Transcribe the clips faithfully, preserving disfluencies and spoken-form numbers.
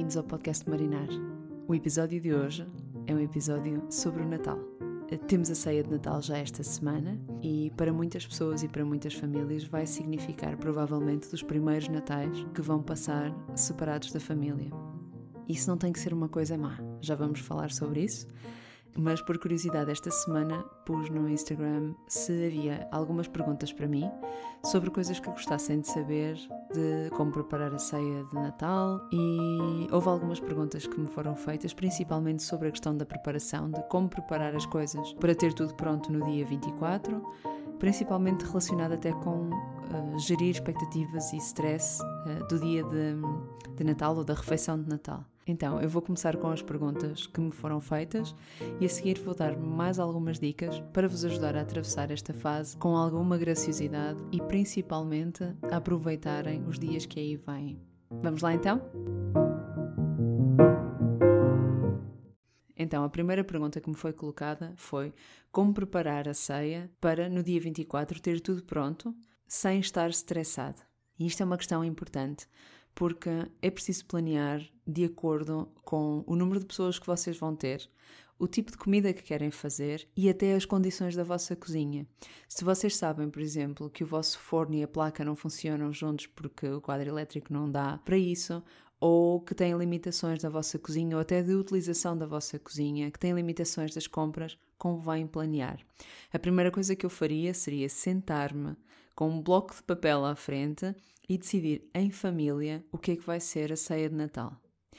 Bem-vindos ao podcast Marinar. O episódio de hoje é um episódio sobre o Natal. Temos a ceia de Natal já esta semana e para muitas pessoas e para muitas famílias vai significar provavelmente dos primeiros natais que vão passar separados da família. Isso não tem que ser uma coisa má, já vamos falar sobre isso, mas por curiosidade esta semana pus no Instagram se havia algumas perguntas para mim sobre coisas que gostassem de saber de como preparar a ceia de Natal e houve algumas perguntas que me foram feitas, principalmente sobre a questão da preparação, de como preparar as coisas para ter tudo pronto no dia vinte e quatro, principalmente relacionado até com uh, gerir expectativas e stress uh, do dia de, de Natal ou da refeição de Natal. Então, eu vou começar com as perguntas que me foram feitas e a seguir vou dar mais algumas dicas para vos ajudar a atravessar esta fase com alguma graciosidade e principalmente a aproveitarem os dias que aí vêm. Vamos lá então? Então, a primeira pergunta que me foi colocada foi como preparar a ceia para no dia vinte e quatro ter tudo pronto sem estar estressado. E isto é uma questão importante, porque é preciso planear de acordo com o número de pessoas que vocês vão ter, o tipo de comida que querem fazer e até as condições da vossa cozinha. Se vocês sabem, por exemplo, que o vosso forno e a placa não funcionam juntos porque o quadro elétrico não dá para isso, ou que têm limitações da vossa cozinha ou até de utilização da vossa cozinha, que têm limitações das compras, convém planear. A primeira coisa que eu faria seria sentar-me com um bloco de papel à frente e decidir em família o que é que vai ser a ceia de Natal.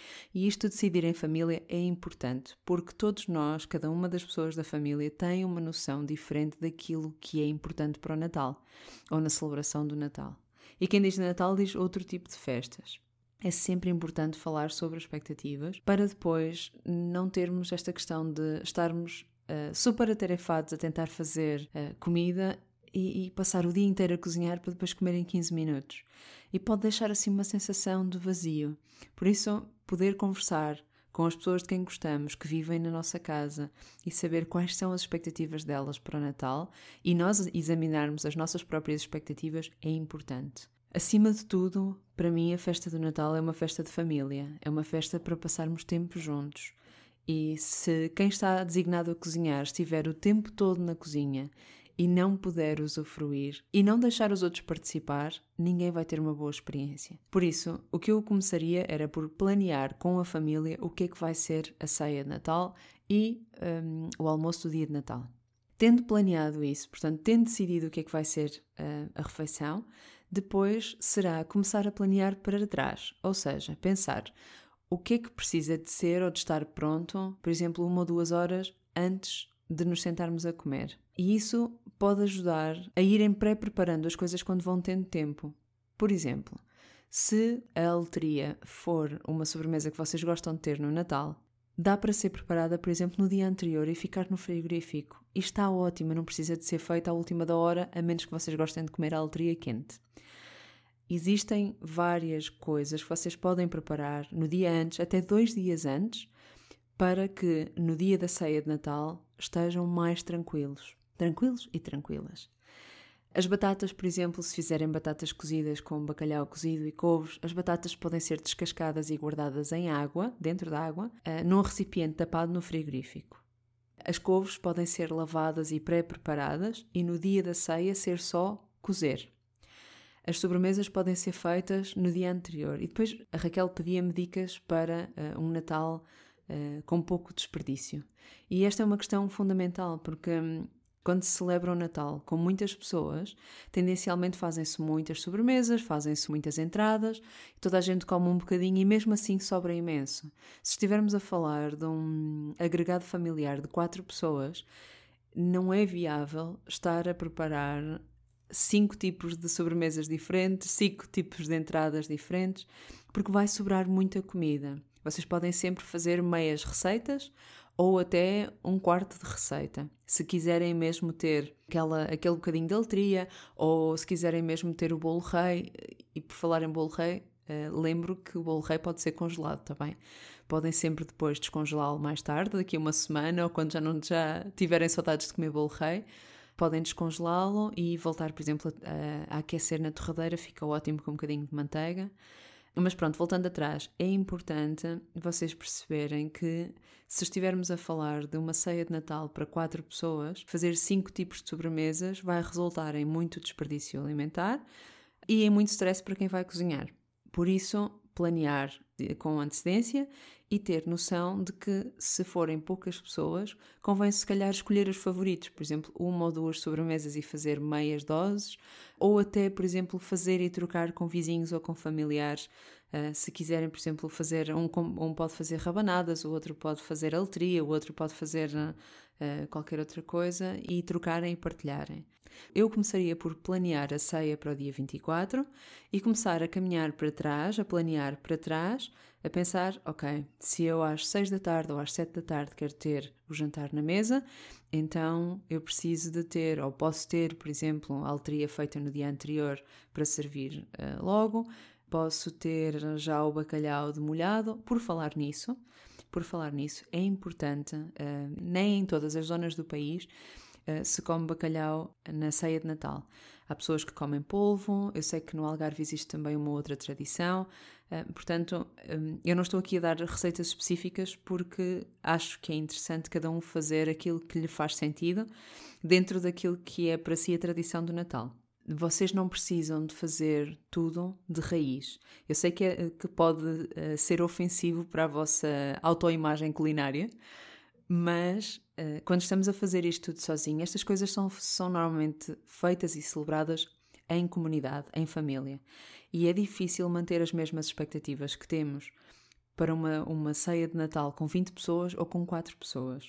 E isto de decidir em família é importante, porque todos nós, cada uma das pessoas da família, tem uma noção diferente daquilo que é importante para o Natal, ou na celebração do Natal. E quem diz Natal diz outro tipo de festas. É sempre importante falar sobre expectativas para depois não termos esta questão de estarmos uh, super atarefados a tentar fazer uh, comida e, e passar o dia inteiro a cozinhar para depois comer em quinze minutos. E pode deixar assim uma sensação de vazio. Por isso, poder conversar com as pessoas de quem gostamos, que vivem na nossa casa e saber quais são as expectativas delas para o Natal e nós examinarmos as nossas próprias expectativas é importante. Acima de tudo, para mim a festa do Natal é uma festa de família, é uma festa para passarmos tempo juntos. E se quem está designado a cozinhar estiver o tempo todo na cozinha e não puder usufruir e não deixar os outros participar, ninguém vai ter uma boa experiência. Por isso, o que eu começaria era por planear com a família o que é que vai ser a ceia de Natal e um, o almoço do dia de Natal. Tendo planeado isso, portanto, tendo decidido o que é que vai ser uh, a refeição, depois será começar a planear para trás, ou seja, pensar o que é que precisa de ser ou de estar pronto, por exemplo, uma ou duas horas antes de nos sentarmos a comer. E isso pode ajudar a irem pré-preparando as coisas quando vão tendo tempo. Por exemplo, se a letria for uma sobremesa que vocês gostam de ter no Natal, dá para ser preparada, por exemplo, no dia anterior e ficar no frigorífico. E está ótima, não precisa de ser feita à última da hora, a menos que vocês gostem de comer a letria quente. Existem várias coisas que vocês podem preparar no dia antes, até dois dias antes, para que no dia da ceia de Natal estejam mais tranquilos. Tranquilos e tranquilas. As batatas, por exemplo, se fizerem batatas cozidas com bacalhau cozido e couves, as batatas podem ser descascadas e guardadas em água, dentro da água, num recipiente tapado no frigorífico. As couves podem ser lavadas e pré-preparadas e no dia da ceia ser só cozer. As sobremesas podem ser feitas no dia anterior. E depois a Raquel pedia-me dicas para uh, um Natal uh, com pouco desperdício. E esta é uma questão fundamental, porque um, quando se celebra o Natal com muitas pessoas, tendencialmente fazem-se muitas sobremesas, fazem-se muitas entradas, toda a gente come um bocadinho e mesmo assim sobra imenso. Se estivermos a falar de um agregado familiar de quatro pessoas, não é viável estar a preparar cinco tipos de sobremesas diferentes, cinco tipos de entradas diferentes, porque vai sobrar muita comida. Vocês podem sempre fazer meias receitas ou até um quarto de receita. Se quiserem mesmo ter aquela, aquele bocadinho de letria, ou se quiserem mesmo ter o bolo rei, e por falar em bolo rei, uh, lembro que o bolo rei pode ser congelado também. Podem sempre depois descongelá-lo mais tarde, daqui a uma semana, ou quando já, não, já tiverem saudades de comer bolo rei, podem descongelá-lo e voltar, por exemplo, a, a aquecer na torradeira, fica ótimo com um bocadinho de manteiga. Mas pronto, voltando atrás, é importante vocês perceberem que se estivermos a falar de uma ceia de Natal para quatro pessoas, fazer cinco tipos de sobremesas vai resultar em muito desperdício alimentar e em muito stress para quem vai cozinhar. Por isso, planear com antecedência e ter noção de que, se forem poucas pessoas, convém se calhar escolher os favoritos, por exemplo, uma ou duas sobremesas e fazer meias doses, ou até, por exemplo, fazer e trocar com vizinhos ou com familiares. Uh, se quiserem, por exemplo, fazer, um, um pode fazer rabanadas, o outro pode fazer aletria, o outro pode fazer uh, qualquer outra coisa e trocarem e partilharem. Eu começaria por planear a ceia para o dia vinte e quatro e começar a caminhar para trás, a planear para trás, a pensar, ok, se eu às seis da tarde ou às sete da tarde quero ter o jantar na mesa, então eu preciso de ter, ou posso ter, por exemplo, a aletria feita no dia anterior para servir uh, logo, posso ter já o bacalhau demolhado. Por falar nisso, por falar nisso, é importante, uh, nem em todas as zonas do país, Uh, se come bacalhau na ceia de Natal. Há pessoas que comem polvo, eu sei que no Algarve existe também uma outra tradição, uh, portanto, um, eu não estou aqui a dar receitas específicas porque acho que é interessante cada um fazer aquilo que lhe faz sentido dentro daquilo que é para si a tradição do Natal. Vocês não precisam de fazer tudo de raiz. Eu sei que, é, que pode uh, ser ofensivo para a vossa autoimagem culinária, mas uh, quando estamos a fazer isto tudo sozinho, estas coisas são, são normalmente feitas e celebradas em comunidade, em família. E é difícil manter as mesmas expectativas que temos para uma, uma ceia de Natal com vinte pessoas ou com quatro pessoas.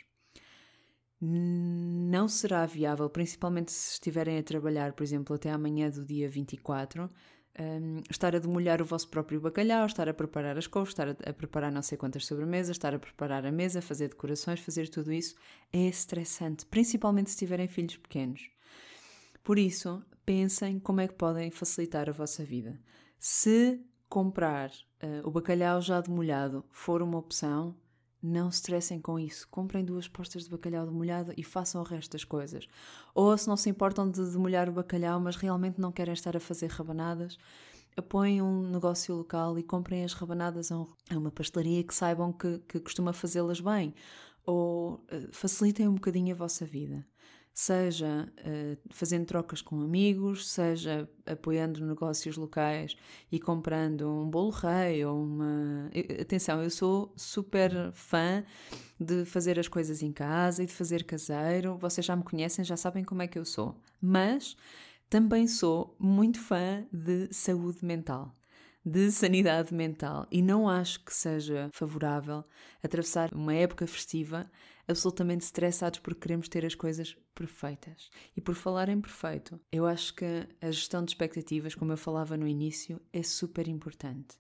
Não será viável, principalmente se estiverem a trabalhar, por exemplo, até amanhã do dia vinte e quatro, Um, estar a demolhar o vosso próprio bacalhau, estar a preparar as couves, estar a, a preparar não sei quantas sobremesas, estar a preparar a mesa, fazer decorações, fazer tudo isso é estressante, principalmente se tiverem filhos pequenos. Por isso, pensem como é que podem facilitar a vossa vida. Se comprar uh, o bacalhau já demolhado for uma opção, não se estressem com isso. Comprem duas postas de bacalhau demolhado e façam o resto das coisas. Ou se não se importam de demolhar o bacalhau, mas realmente não querem estar a fazer rabanadas, apoiem um negócio local e comprem as rabanadas a uma pastelaria que saibam que, que costuma fazê-las bem. Ou uh, facilitem um bocadinho a vossa vida. Seja uh, fazendo trocas com amigos, seja apoiando negócios locais e comprando um bolo rei ou uma... Atenção, eu sou super fã de fazer as coisas em casa e de fazer caseiro. Vocês já me conhecem, já sabem como é que eu sou. Mas também sou muito fã de saúde mental, de sanidade mental, e não acho que seja favorável atravessar uma época festiva absolutamente estressados porque queremos ter as coisas perfeitas. E por falar em perfeito, eu acho que a gestão de expectativas, como eu falava no início, é super importante.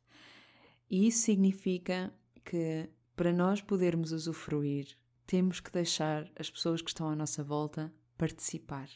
E isso significa que, para nós podermos usufruir, temos que deixar as pessoas que estão à nossa volta participar.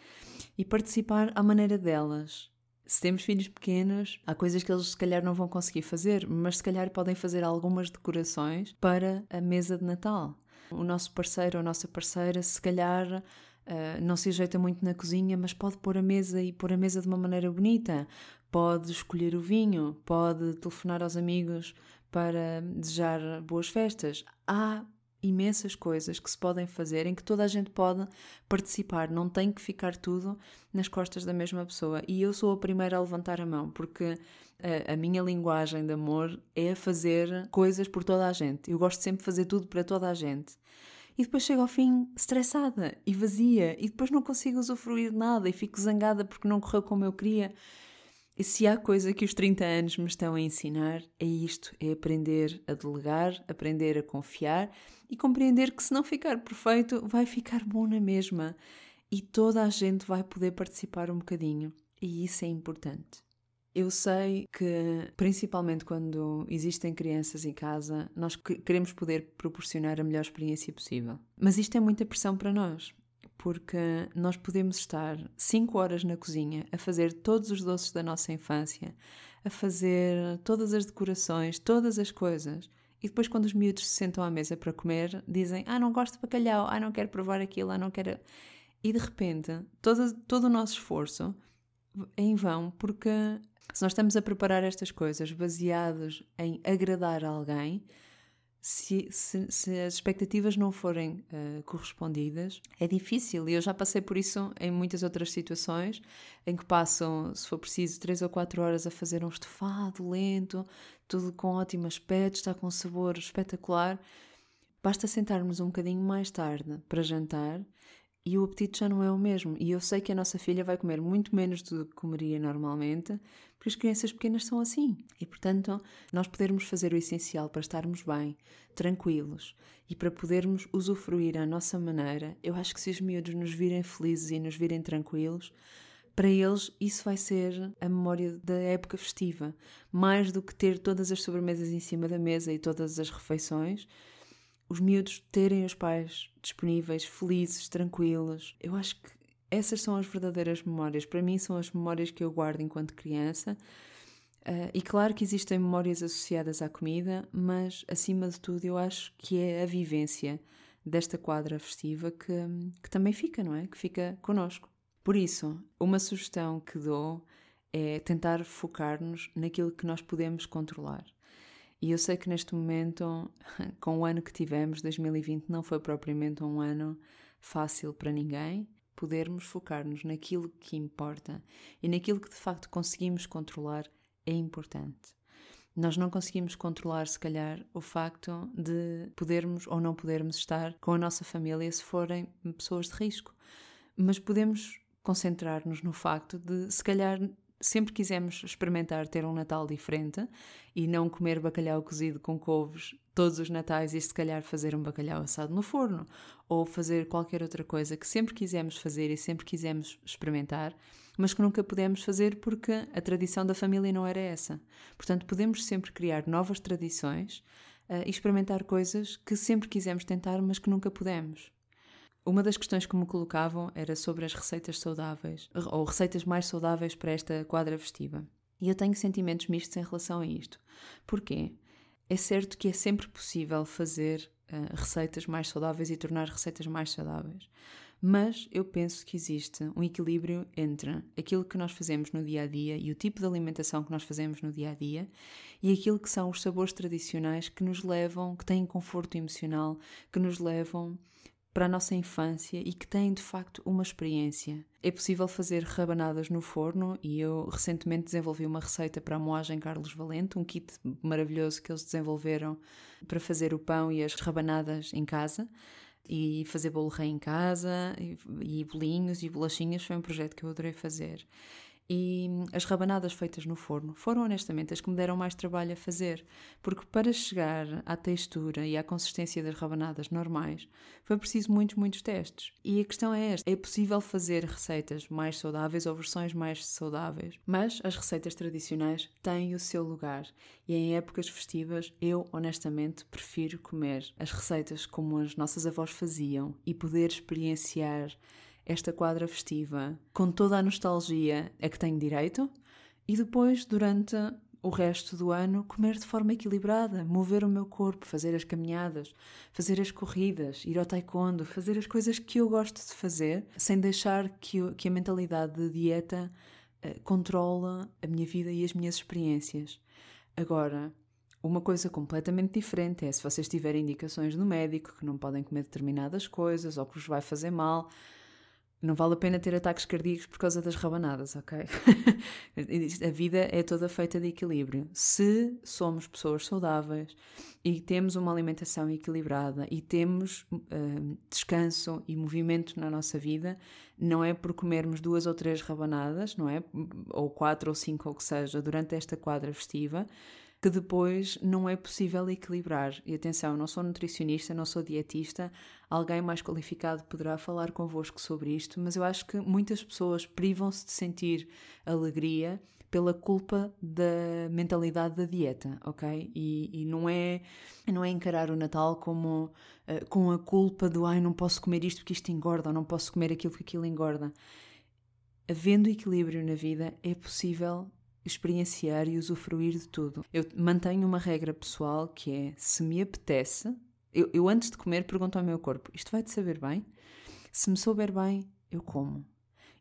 E participar à maneira delas. Se temos filhos pequenos, há coisas que eles se calhar não vão conseguir fazer, mas se calhar podem fazer algumas decorações para a mesa de Natal. O nosso parceiro ou a nossa parceira se calhar uh, não se ajeita muito na cozinha, mas pode pôr a mesa e pôr a mesa de uma maneira bonita. Pode escolher o vinho, pode telefonar aos amigos para desejar boas festas. Há imensas coisas que se podem fazer em que toda a gente pode participar, não tem que ficar tudo nas costas da mesma pessoa. E eu sou a primeira a levantar a mão, porque a, a minha linguagem de amor é fazer coisas por toda a gente. Eu gosto sempre de fazer tudo para toda a gente. E depois chego ao fim estressada e vazia, e depois não consigo usufruir de nada e fico zangada porque não correu como eu queria. E se há coisa que os trinta anos me estão a ensinar, é isto, é aprender a delegar, aprender a confiar e compreender que se não ficar perfeito, vai ficar bom na mesma. E toda a gente vai poder participar um bocadinho. E isso é importante. Eu sei que, principalmente quando existem crianças em casa, nós queremos poder proporcionar a melhor experiência possível. Mas isto é muita pressão para nós. Porque nós podemos estar cinco horas na cozinha a fazer todos os doces da nossa infância, a fazer todas as decorações, todas as coisas, e depois quando os miúdos se sentam à mesa para comer, dizem, ah, não gosto de bacalhau, ah, não quero provar aquilo, ah, não quero... E de repente, todo, todo o nosso esforço é em vão, porque Se nós estamos a preparar estas coisas baseados em agradar a alguém, se, se, se as expectativas não forem uh, correspondidas, é difícil. E eu já passei por isso em muitas outras situações, em que passam, se for preciso, três ou quatro horas a fazer um estofado lento, tudo com ótimo aspecto, está com um sabor espetacular. Basta sentarmos um bocadinho mais tarde para jantar e o apetite já não é o mesmo. E eu sei que a nossa filha vai comer muito menos do que comeria normalmente, porque as crianças pequenas são assim. E, portanto, nós podermos fazer o essencial para estarmos bem, tranquilos, e para podermos usufruir à nossa maneira, eu acho que se os miúdos nos virem felizes e nos virem tranquilos, para eles isso vai ser a memória da época festiva. Mais do que ter todas as sobremesas em cima da mesa e todas as refeições, os miúdos terem os pais disponíveis, felizes, tranquilos. Eu acho que essas são as verdadeiras memórias. Para mim são as memórias que eu guardo enquanto criança. Uh, e claro que existem memórias associadas à comida, mas acima de tudo eu acho que é a vivência desta quadra festiva que, que também fica, não é? Que fica connosco. Por isso, uma sugestão que dou é tentar focar-nos naquilo que nós podemos controlar. E eu sei que neste momento, com o ano que tivemos, dois mil e vinte, não foi propriamente um ano fácil para ninguém. Podermos focar-nos naquilo que importa e naquilo que de facto conseguimos controlar é importante. Nós não conseguimos controlar, se calhar, o facto de podermos ou não podermos estar com a nossa família se forem pessoas de risco. Mas podemos concentrar-nos no facto de, se calhar, sempre quisemos experimentar ter um Natal diferente e não comer bacalhau cozido com couves todos os natais e se calhar fazer um bacalhau assado no forno ou fazer qualquer outra coisa que sempre quisemos fazer e sempre quisemos experimentar, mas que nunca pudemos fazer porque a tradição da família não era essa. Portanto, podemos sempre criar novas tradições uh, e experimentar coisas que sempre quisemos tentar, mas que nunca pudemos. Uma das questões que me colocavam era sobre as receitas saudáveis, ou receitas mais saudáveis para esta quadra festiva. E eu tenho sentimentos mistos em relação a isto. Porquê? É certo que é sempre possível fazer uh, receitas mais saudáveis e tornar receitas mais saudáveis. Mas eu penso que existe um equilíbrio entre aquilo que nós fazemos no dia-a-dia e o tipo de alimentação que nós fazemos no dia-a-dia e aquilo que são os sabores tradicionais que nos levam, que têm conforto emocional, que nos levam para a nossa infância e que têm de facto uma experiência. É possível fazer rabanadas no forno e eu recentemente desenvolvi uma receita para a moagem Carlos Valente, um kit maravilhoso que eles desenvolveram para fazer o pão e as rabanadas em casa e fazer bolo rei em casa e, e bolinhos e bolachinhas. Foi um projeto que eu adorei fazer. E as rabanadas feitas no forno foram honestamente as que me deram mais trabalho a fazer, porque para chegar à textura e à consistência das rabanadas normais foi preciso muitos, muitos testes. E a questão é esta: é possível fazer receitas mais saudáveis ou versões mais saudáveis, mas as receitas tradicionais têm o seu lugar e em épocas festivas eu honestamente prefiro comer as receitas como as nossas avós faziam e poder experienciar esta quadra festiva com toda a nostalgia a que tenho direito e depois, durante o resto do ano, comer de forma equilibrada, mover o meu corpo, fazer as caminhadas, fazer as corridas, ir ao taekwondo, fazer as coisas que eu gosto de fazer, sem deixar que, eu, que a mentalidade de dieta uh, controla a minha vida e as minhas experiências. Agora, uma coisa completamente diferente é se vocês tiverem indicações do médico que não podem comer determinadas coisas ou que vos vai fazer mal. Não vale a pena ter ataques cardíacos por causa das rabanadas, ok? A vida é toda feita de equilíbrio. Se somos pessoas saudáveis e temos uma alimentação equilibrada e temos uh, descanso e movimento na nossa vida, não é por comermos duas ou três rabanadas, não é? Ou quatro ou cinco, ou o que seja, durante esta quadra festiva, que depois não é possível equilibrar. E atenção, não sou nutricionista, não sou dietista, alguém mais qualificado poderá falar convosco sobre isto, mas eu acho que muitas pessoas privam-se de sentir alegria pela culpa da mentalidade da dieta, ok? E, e não, é, não é encarar o Natal como uh, com a culpa do ai, não posso comer isto porque isto engorda, ou não posso comer aquilo porque aquilo engorda. Havendo equilíbrio na vida, é possível experienciar e usufruir de tudo. Eu mantenho uma regra pessoal que é, se me apetece, eu, eu antes de comer pergunto ao meu corpo, isto vai-te saber bem? Se me souber bem, eu como.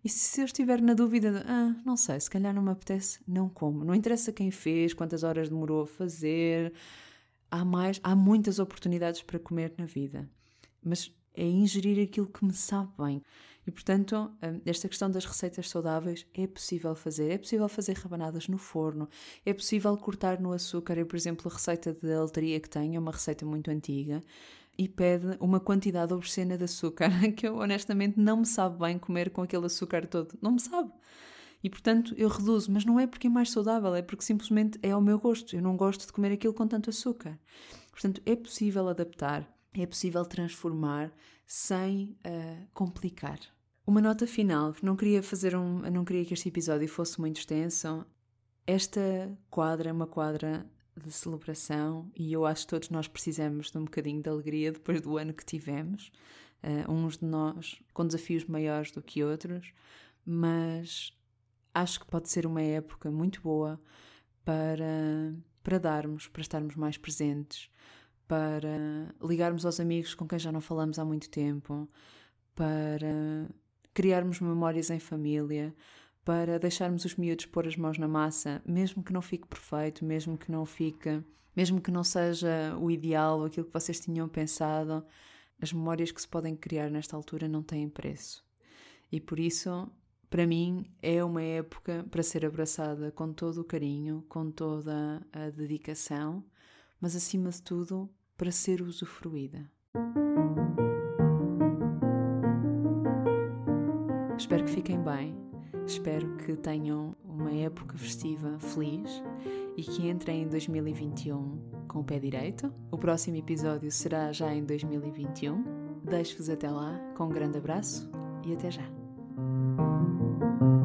E se eu estiver na dúvida de, ah, não sei, se calhar não me apetece, não como. Não interessa quem fez, quantas horas demorou a fazer. Há mais, há muitas oportunidades para comer na vida. Mas é ingerir aquilo que me sabe bem. E, portanto, esta questão das receitas saudáveis é possível fazer. É possível fazer rabanadas no forno. É possível cortar no açúcar. Eu, por exemplo, a receita de altaria que tenho é uma receita muito antiga e pede uma quantidade obscena de açúcar que eu, honestamente, não me sabe bem comer com aquele açúcar todo. Não me sabe. E, portanto, eu reduzo. Mas não é porque é mais saudável, é porque simplesmente é ao meu gosto. Eu não gosto de comer aquilo com tanto açúcar. Portanto, é possível adaptar. É possível transformar sem uh, complicar. Uma nota final, não queria fazer um, não queria que este episódio fosse muito extenso. Esta quadra é uma quadra de celebração e eu acho que todos nós precisamos de um bocadinho de alegria depois do ano que tivemos. Uh, uns de nós com desafios maiores do que outros, mas acho que pode ser uma época muito boa para, para darmos, para estarmos mais presentes, para ligarmos aos amigos com quem já não falamos há muito tempo, para criarmos memórias em família, para deixarmos os miúdos pôr as mãos na massa, mesmo que não fique perfeito, mesmo que não fique, mesmo que não seja o ideal, aquilo que vocês tinham pensado, as memórias que se podem criar nesta altura não têm preço. E por isso, para mim, é uma época para ser abraçada com todo o carinho, com toda a dedicação, mas acima de tudo, para ser usufruída. Espero que fiquem bem, espero que tenham uma época festiva feliz e que entrem em dois mil e vinte e um com o pé direito. O próximo episódio será já em dois mil e vinte e um. Deixo-vos até lá com um grande abraço e até já.